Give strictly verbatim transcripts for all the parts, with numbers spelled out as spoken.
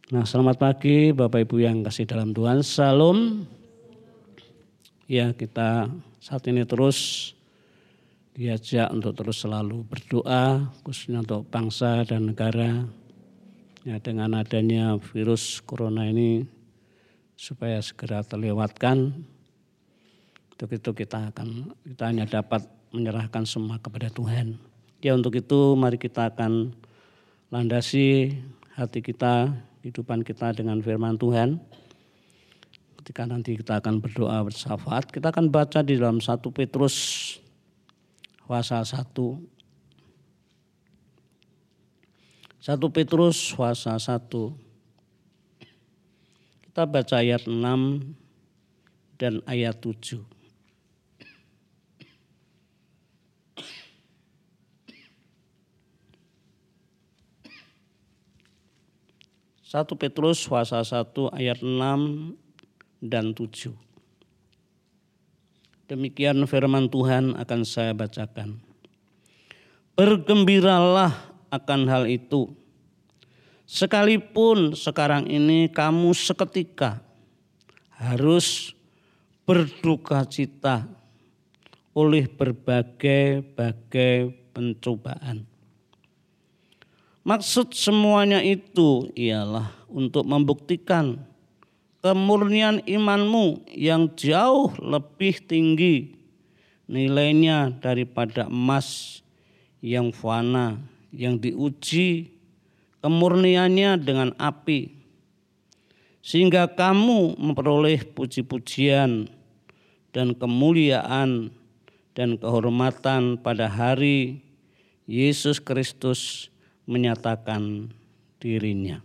Nah, selamat pagi Bapak Ibu yang kasih dalam Tuhan. Salam. Ya, kita saat ini terus diajak untuk terus selalu berdoa, khususnya untuk bangsa dan negara. Ya, dengan adanya virus corona ini supaya segera terlewatkan. Untuk itu kita akan kita hanya dapat menyerahkan semua kepada Tuhan. Ya, untuk itu mari kita akan landasi hati kita, kehidupan kita dengan firman Tuhan. Ketika nanti kita akan berdoa bersyafaat, kita akan baca di dalam satu Petrus pasal satu. satu Petrus pasal satu. Kita baca ayat enam dan ayat tujuh. satu Petrus pasal satu ayat enam dan tujuh. Demikian firman Tuhan akan saya bacakan. Bergembiralah akan hal itu, sekalipun sekarang ini kamu seketika harus berduka cita oleh berbagai-bagai pencobaan. Maksud semuanya itu ialah untuk membuktikan kemurnian imanmu yang jauh lebih tinggi nilainya daripada emas yang fana, yang diuji kemurniannya dengan api, sehingga kamu memperoleh puji-pujian dan kemuliaan dan kehormatan pada hari Yesus Kristus menyatakan dirinya.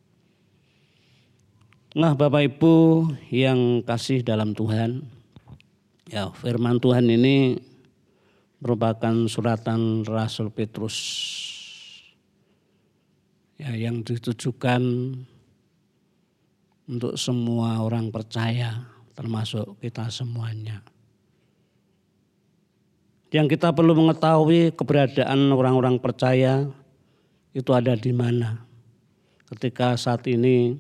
Nah, Bapak Ibu yang kasih dalam Tuhan, ya firman Tuhan ini merupakan suratan Rasul Petrus ya, yang ditujukan untuk semua orang percaya, termasuk kita semuanya. Yang kita perlu mengetahui keberadaan orang-orang percaya itu ada di mana. Ketika saat ini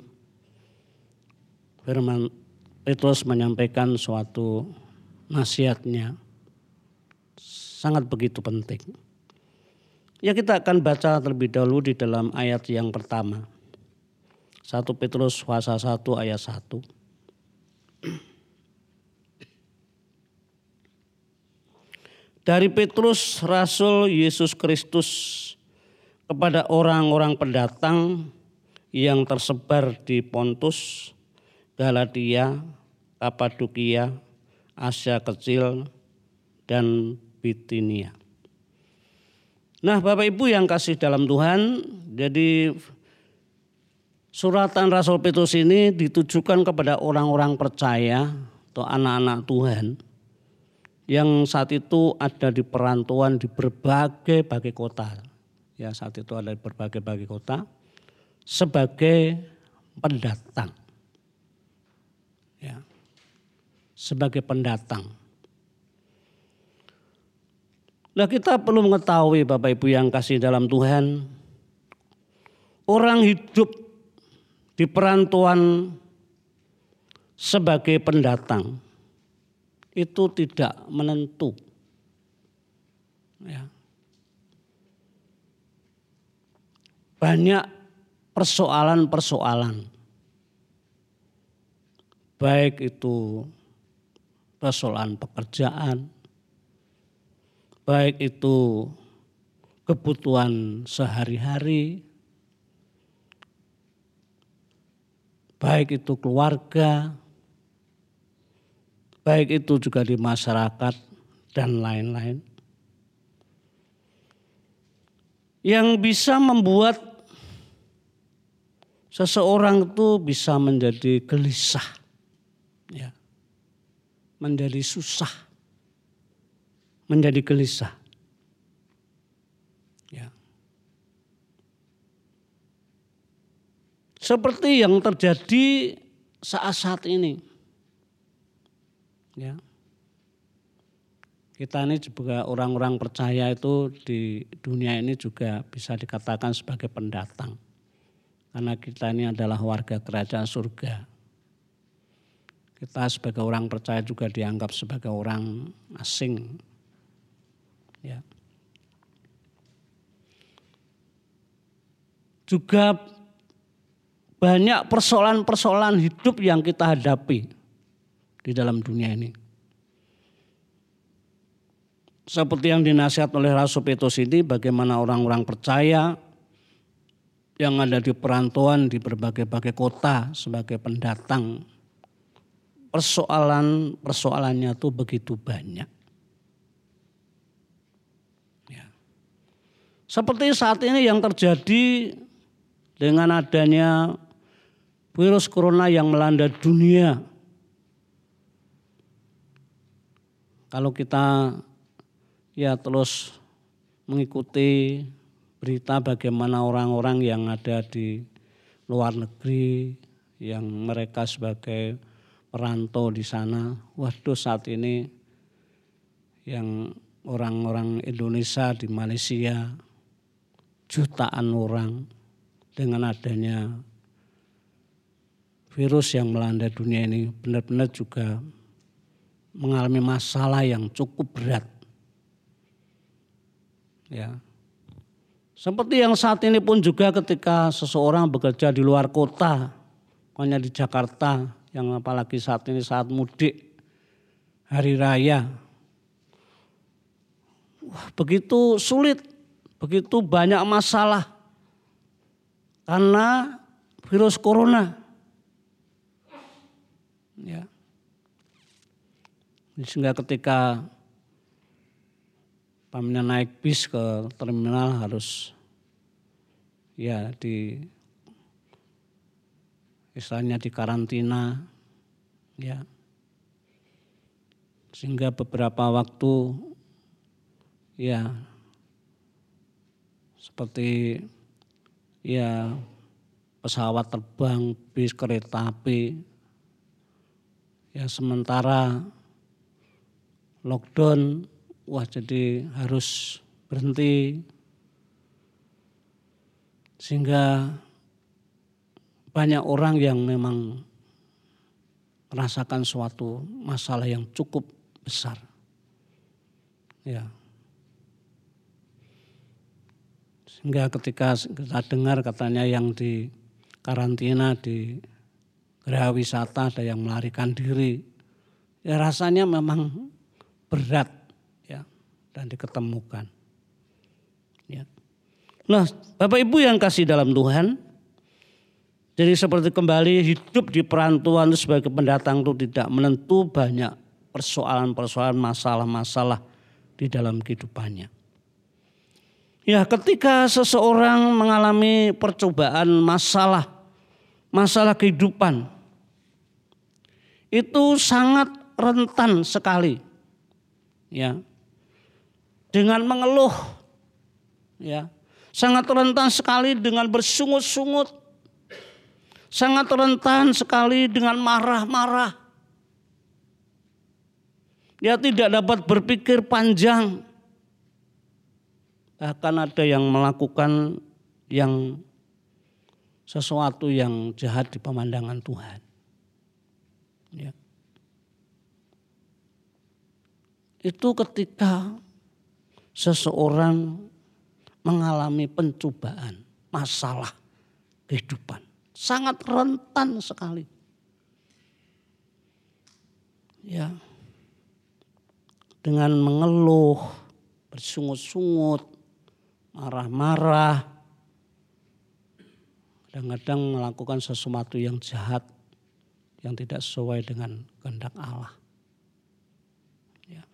firman Petrus menyampaikan suatu nasihatnya, sangat begitu penting. Ya, kita akan baca terlebih dahulu di dalam ayat yang pertama. satu Petrus pasal satu ayat satu. Dari Petrus, Rasul Yesus Kristus, kepada orang-orang pendatang yang tersebar di Pontus, Galatia, Kapadokia, Asia Kecil, dan Bitinia. Nah, Bapak Ibu yang kasih dalam Tuhan, jadi suratan Rasul Petrus ini ditujukan kepada orang-orang percaya atau anak-anak Tuhan yang saat itu ada di perantauan di berbagai-bagai kota. Ya, saat itu ada di berbagai-bagai kota sebagai pendatang. Ya, sebagai pendatang. Nah, kita perlu mengetahui Bapak Ibu yang kasih dalam Tuhan, orang hidup di perantauan sebagai pendatang itu tidak menentu. Ya. Banyak persoalan-persoalan, baik itu persoalan pekerjaan, baik itu kebutuhan sehari-hari, baik itu keluarga, baik itu juga di masyarakat dan lain-lain. Yang bisa membuat seseorang itu bisa menjadi gelisah, ya, menjadi susah, menjadi gelisah. Ya. Seperti yang terjadi saat-saat ini. Ya. Kita ini juga orang-orang percaya itu di dunia ini juga bisa dikatakan sebagai pendatang. Karena kita ini adalah warga kerajaan surga. Kita sebagai orang percaya juga dianggap sebagai orang asing. Ya. Juga banyak persoalan-persoalan hidup yang kita hadapi di dalam dunia ini. Seperti yang dinasihat oleh Rasul Petrus ini, bagaimana orang-orang percaya yang ada di perantauan di berbagai-bagai kota sebagai pendatang. Persoalan-persoalannya itu begitu banyak. Ya. Seperti saat ini yang terjadi dengan adanya virus corona yang melanda dunia. Kalau kita ya terus mengikuti berita bagaimana orang-orang yang ada di luar negeri, yang mereka sebagai perantau di sana, waduh saat ini yang orang-orang Indonesia di Malaysia, jutaan orang dengan adanya virus yang melanda dunia ini benar-benar juga mengalami masalah yang cukup berat. Ya. Seperti yang saat ini pun juga ketika seseorang bekerja di luar kota, pokoknya di Jakarta, yang apalagi saat ini saat mudik, hari raya. Wah, begitu sulit, begitu banyak masalah karena virus corona. Ya. Sehingga ketika pamannya naik bis ke terminal harus ya di istilahnya di karantina, ya, sehingga beberapa waktu ya seperti ya pesawat terbang, bis, kereta api, ya sementara lockdown, wah jadi harus berhenti. Sehingga banyak orang yang memang merasakan suatu masalah yang cukup besar. Ya. Sehingga ketika kita dengar katanya yang di karantina di geraha wisata ada yang melarikan diri, ya rasanya memang berat ya dan diketemukan. Ya. Nah, Bapak Ibu yang kasih dalam Tuhan, jadi seperti kembali hidup di perantauan itu sebagai pendatang itu tidak menentu, banyak persoalan-persoalan, masalah-masalah di dalam kehidupannya. Ya, ketika seseorang mengalami percobaan, masalah, masalah kehidupan, itu sangat rentan sekali. Ya, dengan mengeluh, ya, sangat rentan sekali dengan bersungut-sungut, sangat rentan sekali dengan marah-marah. Dia tidak dapat berpikir panjang. Bahkan ada yang melakukan yang sesuatu yang jahat di pemandangan Tuhan. Ya. Itu ketika seseorang mengalami pencobaan, masalah kehidupan. Sangat rentan sekali. Ya. Dengan mengeluh, bersungut-sungut, marah-marah, kadang-kadang melakukan sesuatu yang jahat, yang tidak sesuai dengan kehendak Allah. Ya.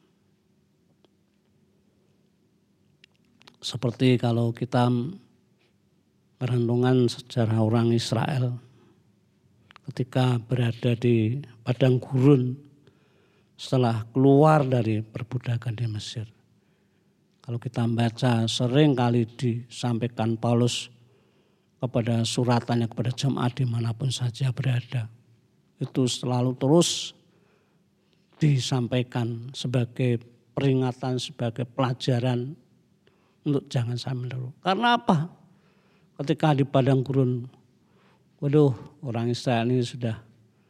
Seperti kalau kita merenungkan sejarah orang Israel ketika berada di padang gurun setelah keluar dari perbudakan di Mesir. Kalau kita baca sering kali disampaikan Paulus kepada suratannya kepada jemaat dimanapun saja berada. Itu selalu terus disampaikan sebagai peringatan, sebagai pelajaran untuk jangan sampai meniru. Karena apa? Ketika di padang gurun waduh, orang Israel ini sudah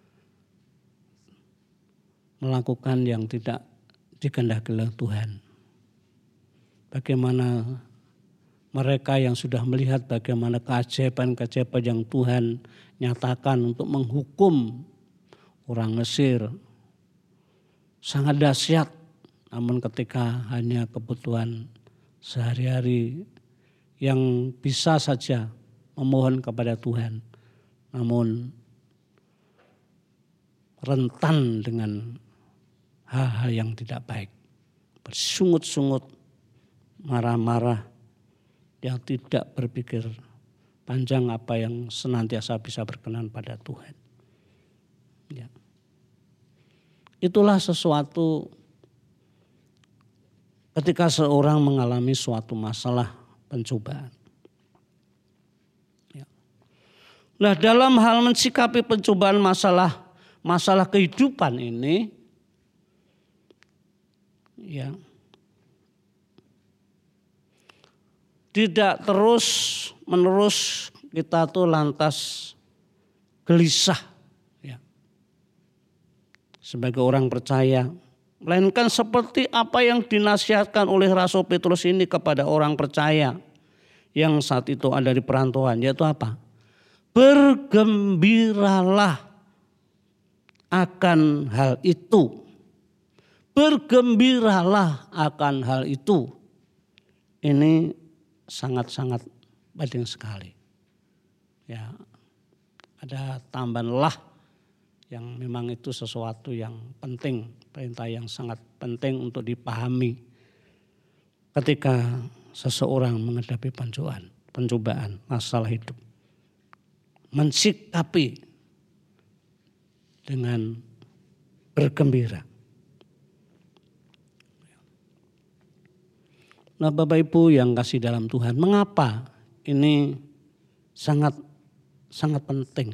melakukan yang tidak dikehendaki oleh Tuhan. Bagaimana mereka yang sudah melihat bagaimana keajaiban-keajaiban yang Tuhan nyatakan untuk menghukum orang Mesir sangat dahsyat, namun ketika hanya kebutuhan sehari-hari yang bisa saja memohon kepada Tuhan, namun rentan dengan hal-hal yang tidak baik, bersungut-sungut, marah-marah, yang tidak berpikir panjang apa yang senantiasa bisa berkenan pada Tuhan. Ya. Itulah sesuatu ketika seorang mengalami suatu masalah pencobaan. Ya. Nah, dalam hal mensikapi pencobaan masalah masalah kehidupan ini, ya, tidak terus menerus kita tuh lantas gelisah ya, sebagai orang percaya, melainkan seperti apa yang dinasihatkan oleh Rasul Petrus ini kepada orang percaya yang saat itu ada di perantauan, yaitu apa? Bergembiralah akan hal itu. Bergembiralah akan hal itu. Ini sangat-sangat penting sekali. Ya, ada tambahan lah yang memang itu sesuatu yang penting, perintah yang sangat penting untuk dipahami ketika seseorang menghadapi pencobaan, pencobaan masalah hidup. Mensikapi dengan bergembira. Nah, Bapak Ibu yang kasih dalam Tuhan, mengapa ini sangat sangat penting?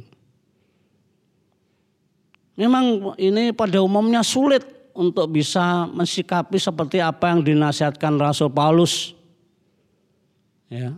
Memang ini pada umumnya sulit untuk bisa mensikapi seperti apa yang dinasihatkan Rasul Paulus. Ya.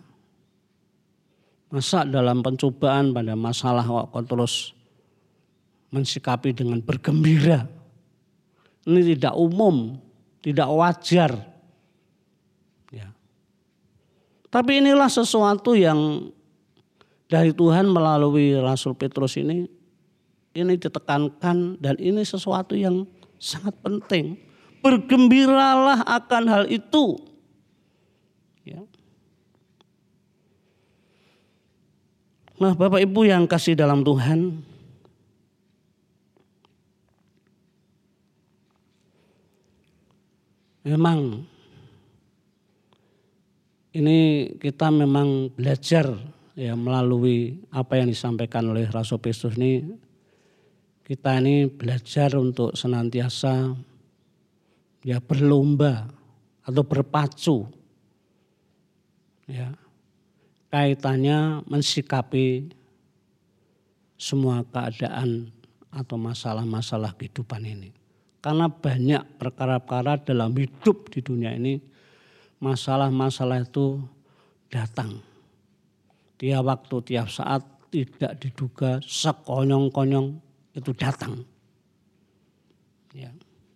Masa dalam pencobaan pada masalah kok terus mensikapi dengan bergembira. Ini tidak umum, tidak wajar. Ya. Tapi inilah sesuatu yang dari Tuhan melalui Rasul Petrus ini, ini ditekankan dan ini sesuatu yang sangat penting. Bergembiralah akan hal itu. Ya. Nah, Bapak Ibu yang kasih dalam Tuhan, memang ini kita memang belajar ya melalui apa yang disampaikan oleh Rasul Petrus ini, kita ini belajar untuk senantiasa ya berlomba atau berpacu ya kaitannya mensikapi semua keadaan atau masalah-masalah kehidupan ini. Karena banyak perkara-perkara dalam hidup di dunia ini, masalah-masalah itu datang. Tiap waktu, tiap saat tidak diduga, sekonyong-konyong itu datang. Ya.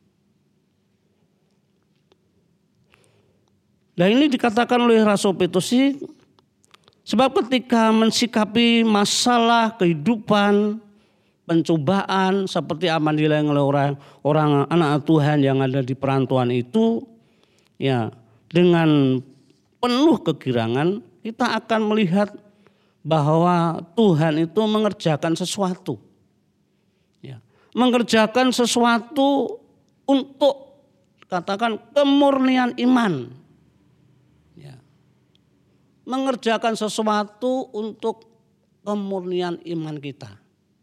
Nah, ini dikatakan oleh Rasul Petrus, sebab ketika mensikapi masalah kehidupan, pencobaan seperti apa dilalui oleh orang, orang anak Tuhan yang ada di perantauan itu, ya dengan penuh kegirangan kita akan melihat bahwa Tuhan itu mengerjakan sesuatu, ya, mengerjakan sesuatu untuk katakan kemurnian iman, ya, mengerjakan sesuatu untuk kemurnian iman kita.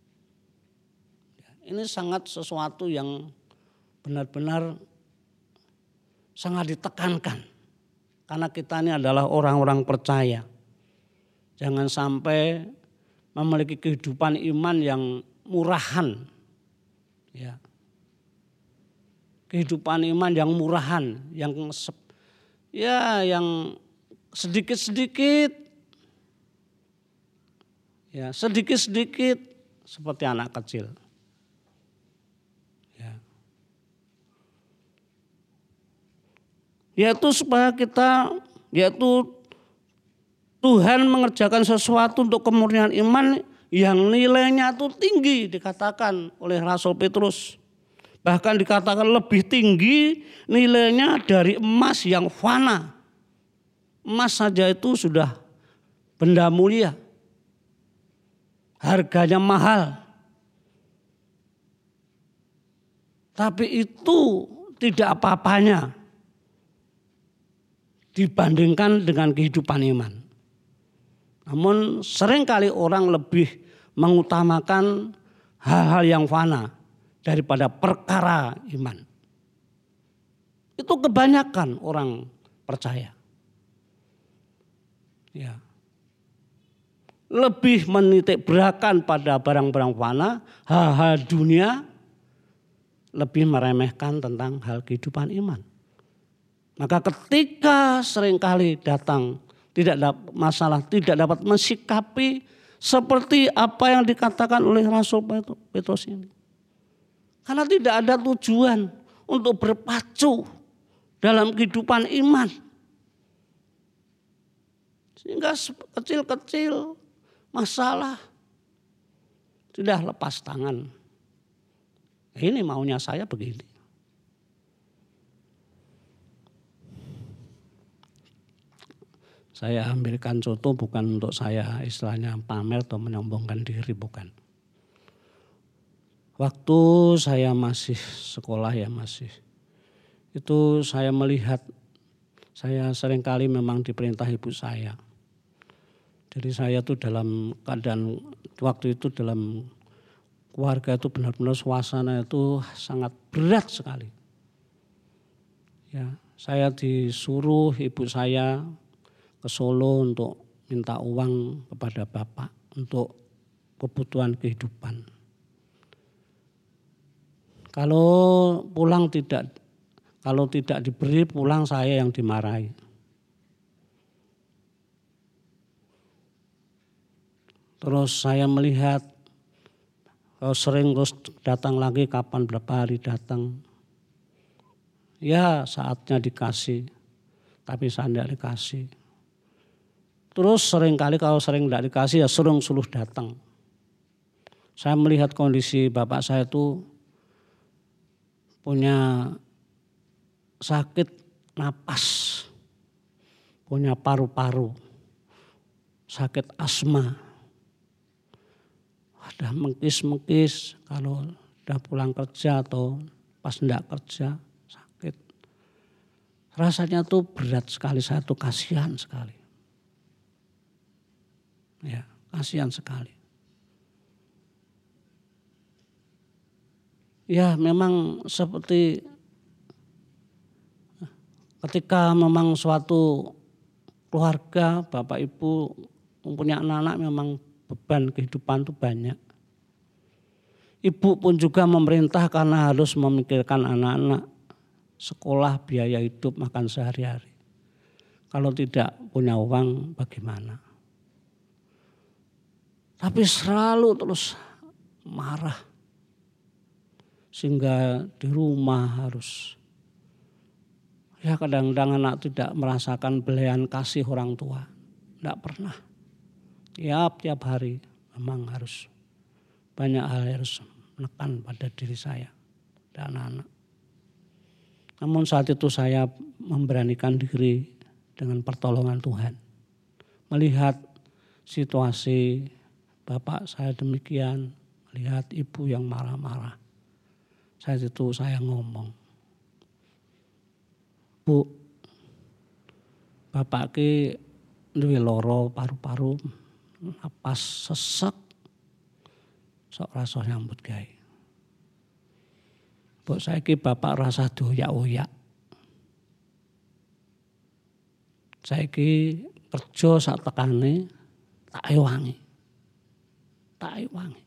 Ini sangat sesuatu yang benar-benar sangat ditekankan. Karena kita ini adalah orang-orang percaya. Jangan sampai memiliki kehidupan iman yang murahan. Ya. Kehidupan iman yang murahan, yang ya yang sedikit-sedikit Ya, sedikit-sedikit seperti anak kecil. Ya. Yaitu supaya kita, yaitu Tuhan mengerjakan sesuatu untuk kemurnian iman yang nilainya itu tinggi, dikatakan oleh Rasul Petrus. Bahkan dikatakan lebih tinggi nilainya dari emas yang fana. Emas saja itu sudah benda mulia. Harganya mahal. Tapi itu tidak apa-apanya dibandingkan dengan kehidupan iman. Namun seringkali orang lebih mengutamakan hal-hal yang fana daripada perkara iman. Itu kebanyakan orang percaya. Ya. Lebih menitik beratkan pada barang-barang fana, hal-hal dunia, lebih meremehkan tentang hal kehidupan iman. Maka ketika seringkali datang tidak dapat masalah, tidak dapat mensikapi seperti apa yang dikatakan oleh Rasul Petrus ini. Karena tidak ada tujuan untuk berpacu dalam kehidupan iman. Sehingga kecil-kecil masalah sudah lepas tangan. Ini maunya saya begini. Saya ambilkan contoh bukan untuk saya istilahnya pamer atau menyombongkan diri, bukan. Waktu saya masih sekolah ya masih, itu saya melihat, saya seringkali memang diperintah ibu saya. Jadi saya tuh dalam keadaan waktu itu dalam keluarga itu benar-benar suasana itu sangat berat sekali. Ya, saya disuruh ibu saya ke Solo untuk minta uang kepada bapak untuk kebutuhan kehidupan. Kalau pulang tidak, kalau tidak diberi pulang saya yang dimarahi. Terus saya melihat kalau sering terus datang lagi kapan berapa hari datang. Ya saatnya dikasih, tapi saya tidak dikasih. Terus seringkali kalau sering tidak dikasih ya suruh-suruh datang. Saya melihat kondisi bapak saya itu punya sakit napas, punya paru-paru, sakit asma. Udah mengkis-mengkis kalau udah pulang kerja atau pas tidak kerja sakit. Rasanya tuh berat sekali, saya tuh kasihan sekali. Ya, kasihan sekali. Ya, memang seperti ketika memang suatu keluarga, bapak ibu mempunyai anak-anak memang beban kehidupan itu banyak. Ibu pun juga memerintah karena harus memikirkan anak-anak, sekolah, biaya hidup, makan sehari-hari. Kalau tidak punya uang bagaimana? Tapi selalu terus marah. Sehingga di rumah harus, ya kadang-kadang anak tidak merasakan belayan kasih orang tua. Tidak pernah. Tiap-tiap hari memang harus banyak hal yang harus menekan pada diri saya dan anak-anak. Namun saat itu saya memberanikan diri dengan pertolongan Tuhan. Melihat situasi bapak saya demikian, melihat ibu yang marah-marah. Saat itu saya ngomong, Bu, bapak ki duwe loro paru-paru, napas sesek, sok rasa nyambut gawe. Bu saiki bapak rasa doyak-oyak. Saiki kerja sak tekane tak ewangi. Tak ewangi.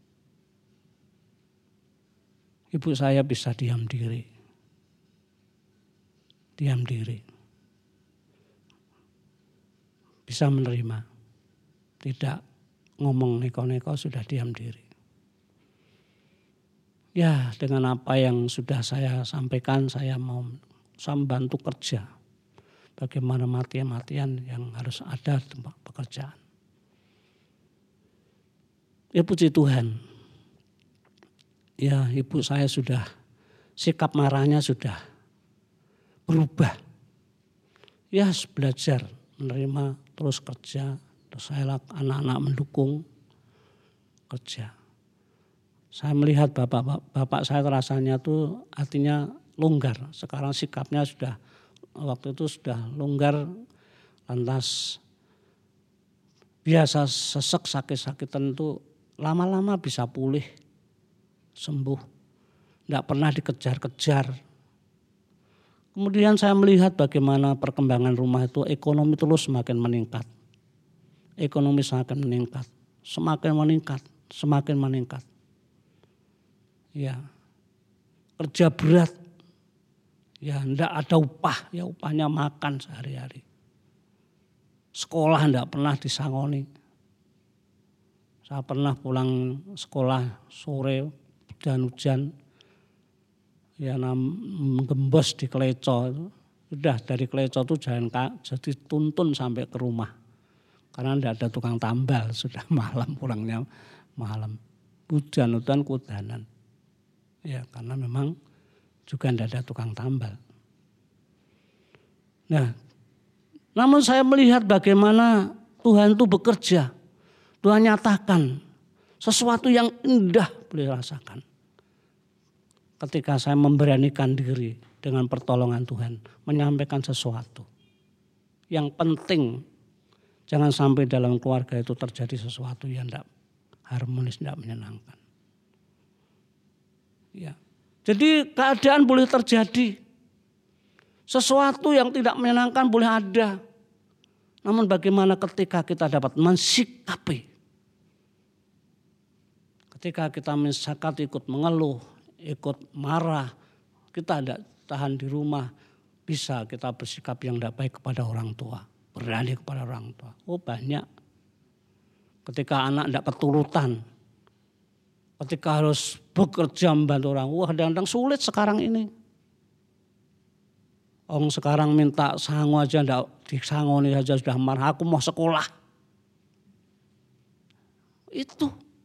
Ibu saya bisa diam diri. Diam diri. Bisa menerima. Tidak ngomong neko-neko sudah diam diri. Ya, dengan apa yang sudah saya sampaikan, saya mau saya membantu kerja. Bagaimana mati-matian yang harus ada di tempat pekerjaan. Ya puji Tuhan. Ya ibu saya sudah, sikap marahnya sudah berubah. Ya belajar menerima terus kerja. Terus saya anak-anak mendukung kerja. Saya melihat bapak, bapak saya rasanya tuh artinya longgar. Sekarang sikapnya sudah, waktu itu sudah longgar, lantas biasa sesek sakit-sakitan itu lama-lama bisa pulih, sembuh. Tidak pernah dikejar-kejar. Kemudian saya melihat bagaimana perkembangan rumah itu, ekonomi terus semakin meningkat. Ekonomi semakin meningkat, semakin meningkat, semakin meningkat. Ya, kerja berat, ya enggak ada upah, ya upahnya makan sehari-hari. Sekolah enggak pernah disangoni. Saya pernah pulang sekolah sore dan hujan, ya gembos di Kleco. Sudah dari Kleco itu jalan jadi tuntun sampai ke rumah. Karena enggak ada tukang tambal, sudah malam pulangnya malam. Hujan-hujan kudanan. Ya karena memang juga tidak ada tukang tambal. Nah, namun saya melihat bagaimana Tuhan itu bekerja. Tuhan nyatakan sesuatu yang indah boleh rasakan. Ketika saya memberanikan diri dengan pertolongan Tuhan. Menyampaikan sesuatu yang penting. Jangan sampai dalam keluarga itu terjadi sesuatu yang tidak harmonis, tidak menyenangkan. Ya. Jadi keadaan boleh terjadi. Sesuatu yang tidak menyenangkan boleh ada. Namun bagaimana ketika kita dapat mensikapi. Ketika kita mensikap ikut mengeluh, ikut marah, kita tidak tahan di rumah, bisa kita bersikap yang tidak baik kepada orang tua. Berani kepada orang tua. Oh banyak. Ketika anak tidak keturutan. Ketika harus bekerja membantu orang. Wah kadang-kadang sulit sekarang ini. Orang sekarang minta sangu aja enggak disangoni saja sudah marah. Aku mau sekolah. Itu.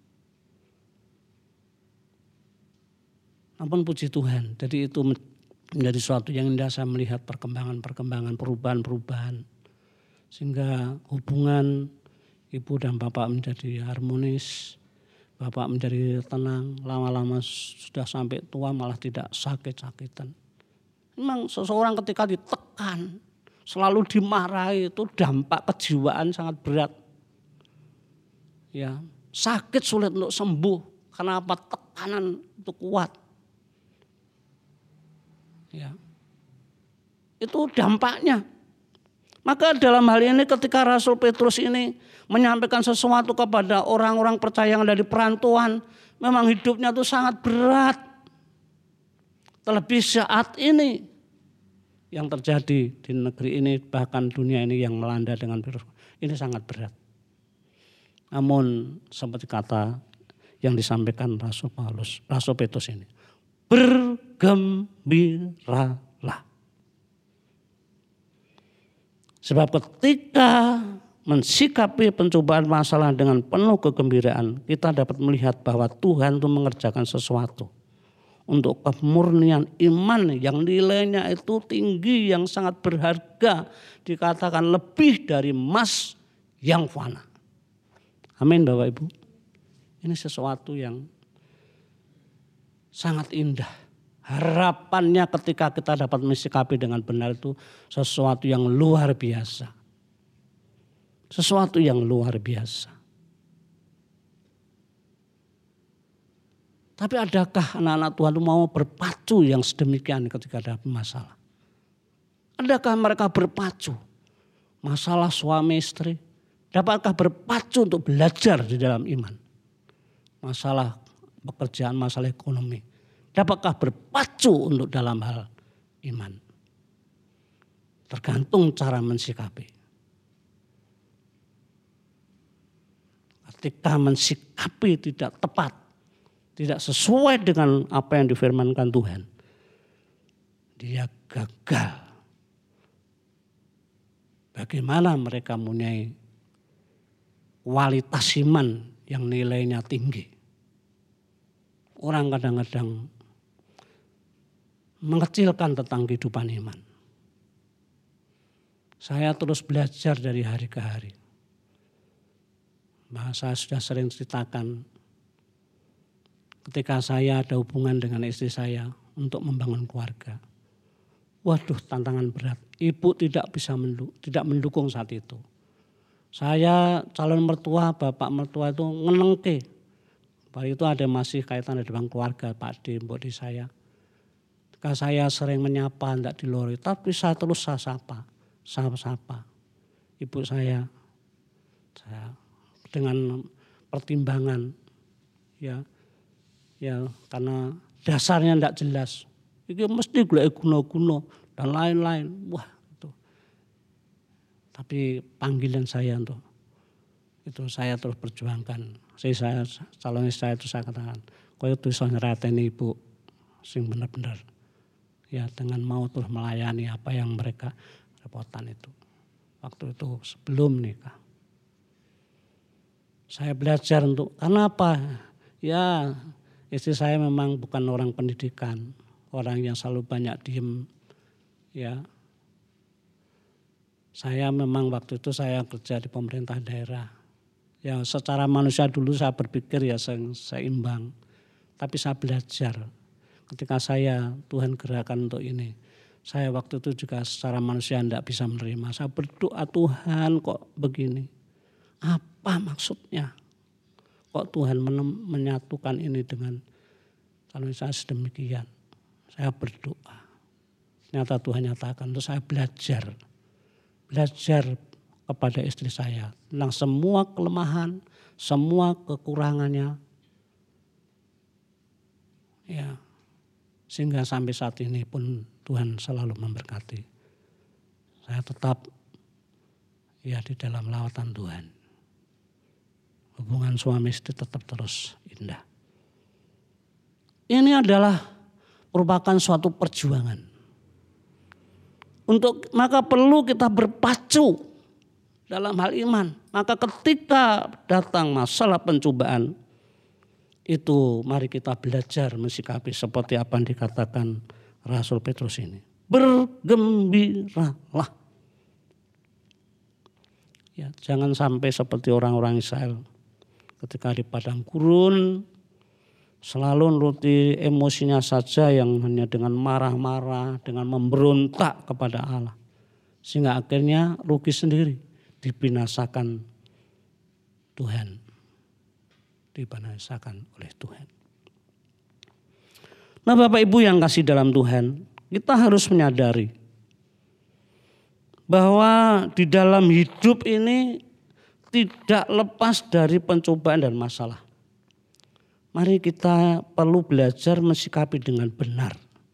Namun puji Tuhan. Jadi itu menjadi suatu yang indah saya melihat perkembangan-perkembangan, perubahan-perubahan. Sehingga hubungan ibu dan bapak menjadi harmonis. Bapak menjadi tenang, lama-lama sudah sampai tua malah tidak sakit-sakitan. Memang seseorang ketika ditekan, selalu dimarahi itu dampak kejiwaan sangat berat. Ya, sakit sulit untuk sembuh karena apa? Tekanan itu kuat. Ya. Itu dampaknya. Maka dalam hal ini ketika Rasul Petrus ini menyampaikan sesuatu kepada orang-orang percaya yang ada di perantauan, memang hidupnya itu sangat berat. Terlebih saat ini yang terjadi di negeri ini, bahkan dunia ini yang melanda dengan virus, ini sangat berat. Namun seperti kata yang disampaikan Rasul Paulus, Rasul Petrus ini, bergembiralah. Sebab ketika mensikapi pencobaan masalah dengan penuh kegembiraan, kita dapat melihat bahwa Tuhan itu mengerjakan sesuatu untuk kemurnian iman yang nilainya itu tinggi, yang sangat berharga, dikatakan lebih dari emas yang fana. Amin Bapak Ibu. Ini sesuatu yang sangat indah. Harapannya ketika kita dapat mensikapi dengan benar itu sesuatu yang luar biasa. Sesuatu yang luar biasa. Tapi adakah anak-anak Tuhan itu mau berpacu yang sedemikian ketika ada masalah? Adakah mereka berpacu? Masalah suami istri. Dapatkah berpacu untuk belajar di dalam iman? Masalah pekerjaan, masalah ekonomi. Dapatkah berpacu untuk dalam hal iman? Tergantung cara mensikapi. ketika mensikapi tidak tepat, tidak sesuai dengan apa yang difirmankan Tuhan, dia gagal. Bagaimana mereka mempunyai kualitas iman yang nilainya tinggi. Orang kadang-kadang mengecilkan tentang kehidupan iman. Saya terus belajar dari hari ke hari. Bahwa saya sudah sering ceritakan ketika saya ada hubungan dengan istri saya untuk membangun keluarga. Waduh, tantangan berat. Ibu tidak bisa mendukung, tidak mendukung saat itu. Saya calon mertua, bapak mertua itu ngenengke. Bahwa itu ada masih kaitan dengan keluarga, Pak D, Mbok D saya. Ketika saya sering menyapa, tidak dilori, tapi saya terus saya sapa, saya sapa. Ibu saya, saya dengan pertimbangan, ya, ya karena dasarnya tidak jelas. Itu mesti gula guna-guna dan lain-lain. Wah, itu. Tapi panggilan saya untuk itu saya terus perjuangkan. Saya, saya calon istri saya itu saya katakan, kau itu bisa nyerateni ibu, sing benar-benar. Ya dengan mau terus melayani apa yang mereka repotan itu. Waktu itu sebelum nikah. Saya belajar untuk, karena apa? Ya istri saya memang bukan orang pendidikan. Orang yang selalu banyak diem. Ya. Saya memang waktu itu saya kerja di pemerintah daerah. Ya secara manusia dulu saya berpikir ya seimbang. Tapi saya belajar. Ketika saya Tuhan gerakan untuk ini. Saya waktu itu juga secara manusia tidak bisa menerima. Saya berdoa, Tuhan kok begini. Apa maksudnya? Kok Tuhan menyatukan ini dengan kalau saya sedemikian. Saya berdoa. Ternyata Tuhan nyatakan. Terus saya belajar. Belajar kepada istri saya. Tentang semua kelemahan. Semua kekurangannya. Ya. Sehingga sampai saat ini pun Tuhan selalu memberkati. Saya tetap ya di dalam lawatan Tuhan. Hubungan suami istri tetap terus indah. Ini adalah merupakan suatu perjuangan. Untuk maka perlu kita berpacu dalam hal iman. Maka ketika datang masalah pencobaan itu mari kita belajar mensikapi seperti apa yang dikatakan Rasul Petrus ini. Bergembiralah. Ya, jangan sampai seperti orang-orang Israel ketika di padang gurun selalu nuruti emosinya saja yang hanya dengan marah-marah, dengan memberontak kepada Allah. Sehingga akhirnya rugi sendiri, dibinasakan Tuhan. Dibinasakan oleh Tuhan. Nah Bapak Ibu yang kasih dalam Tuhan, kita harus menyadari bahwa di dalam hidup ini tidak lepas dari pencobaan dan masalah. Mari kita perlu belajar mensikapi dengan benar.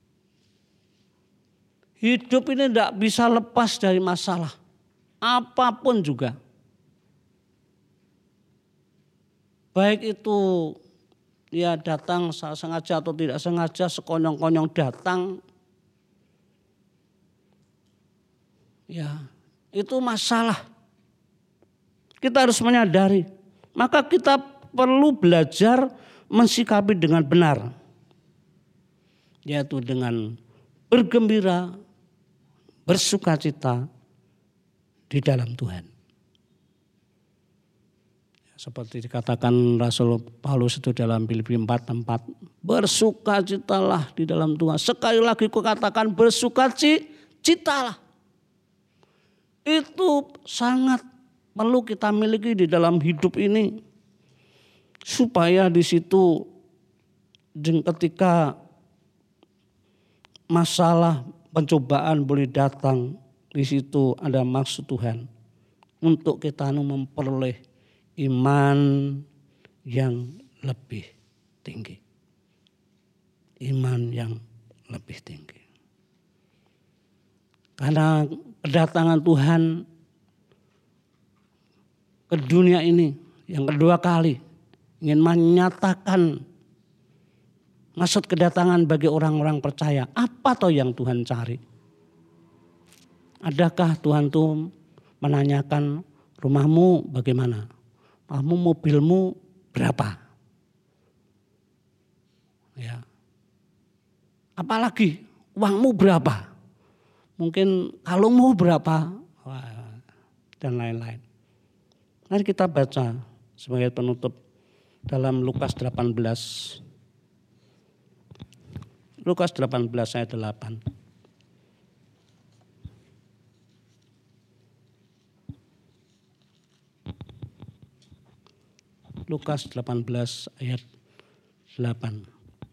Hidup ini tidak bisa lepas dari masalah. Apapun juga. Baik itu ya datang sengaja atau tidak sengaja, sekonyong-konyong datang. Ya itu masalah. Kita harus menyadari. Maka kita perlu belajar mensikapi dengan benar. Yaitu dengan bergembira, bersukacita di dalam Tuhan. Seperti dikatakan Rasul Paulus itu dalam Filipi empat tempat. Bersukacitalah di dalam Tuhan. Sekali lagi kukatakan bersukacitalah. Itu sangat perlu kita miliki di dalam hidup ini. Supaya di situ ketika masalah pencobaan boleh datang. Di situ ada maksud Tuhan. Untuk kita memperoleh iman yang lebih tinggi. Iman yang lebih tinggi. Karena kedatangan Tuhan ke dunia ini yang kedua kali ingin menyatakan maksud kedatangan bagi orang-orang percaya. Apa toh yang Tuhan cari? Adakah Tuhan tuh menanyakan rumahmu bagaimana? Kamu mobilmu berapa? Ya. Apalagi uangmu berapa? Mungkin kalungmu berapa? Wah, dan lain-lain. Mari kita baca sebagai penutup dalam Lukas delapan belas. Lukas delapan belas ayat delapan. Lukas delapan belas ayat delapan.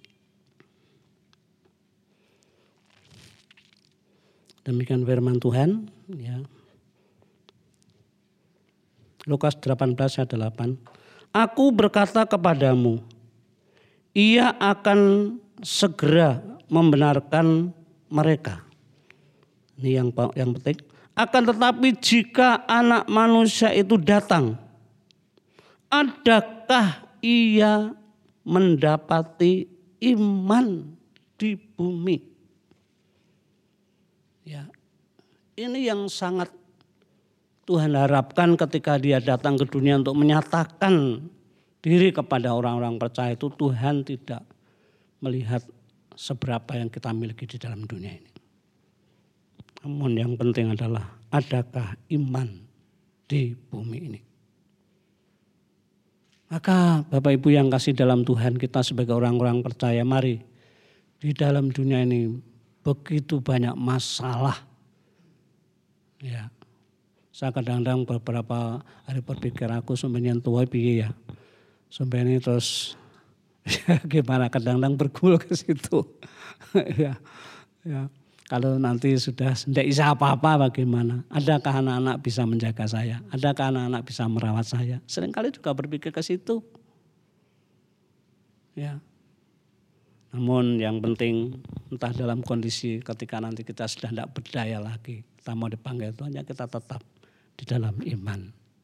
Demikian firman Tuhan, ya. Lukas delapan belas ayat delapan. Aku berkata kepadamu, ia akan segera membenarkan mereka. Ini yang yang penting. Akan tetapi jika Anak Manusia itu datang, adakah ia mendapati iman di bumi? Ya, ini yang sangat Tuhan harapkan ketika dia datang ke dunia untuk menyatakan diri kepada orang-orang percaya itu. Tuhan tidak melihat seberapa yang kita miliki di dalam dunia ini. Namun yang penting adalah adakah iman di bumi ini. Maka Bapak Ibu yang kasih dalam Tuhan, kita sebagai orang-orang percaya, mari di dalam dunia ini begitu banyak masalah. Ya, saya kadang-kadang beberapa hari berpikir aku sebenarnya tua piye ya, sebenarnya terus ya, gimana kadang-kadang bergul ke situ. ya, ya. Kalau nanti sudah tidak bisa apa-apa bagaimana? Adakah anak-anak bisa menjaga saya? Adakah anak-anak bisa merawat saya? Seringkali juga berpikir ke situ. Ya. Namun yang penting entah dalam kondisi ketika nanti kita sudah tidak berdaya lagi, kita mau dipanggil Tuhan, ya kita tetap di dalam iman.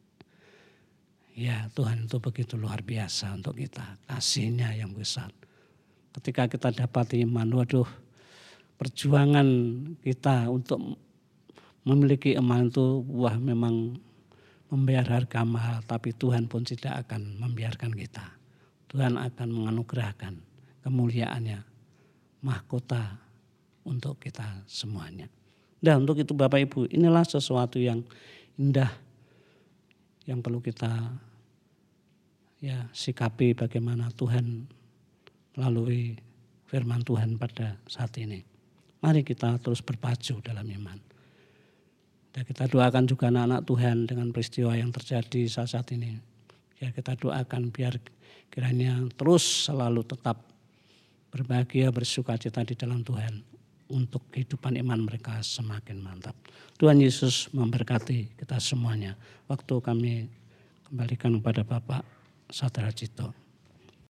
Ya, Tuhan itu begitu luar biasa untuk kita, kasih-Nya yang besar. Ketika kita dapat iman, waduh, perjuangan kita untuk memiliki iman itu wah memang membayar harga mahal, tapi Tuhan pun tidak akan membiarkan kita. Tuhan akan menganugerahkan kemuliaannya, mahkota untuk kita semuanya. Dan untuk itu Bapak Ibu, inilah sesuatu yang indah yang perlu kita ya sikapi bagaimana Tuhan melalui firman Tuhan pada saat ini. Mari kita terus berpacu dalam iman. Dan kita doakan juga anak-anak Tuhan dengan peristiwa yang terjadi saat-saat ini. Ya kita doakan biar kiranya terus selalu tetap berbahagia, bersukacita di dalam Tuhan untuk kehidupan iman mereka semakin mantap. Tuhan Yesus memberkati kita semuanya. Waktu kami kembalikan kepada Bapak Saudara Cito.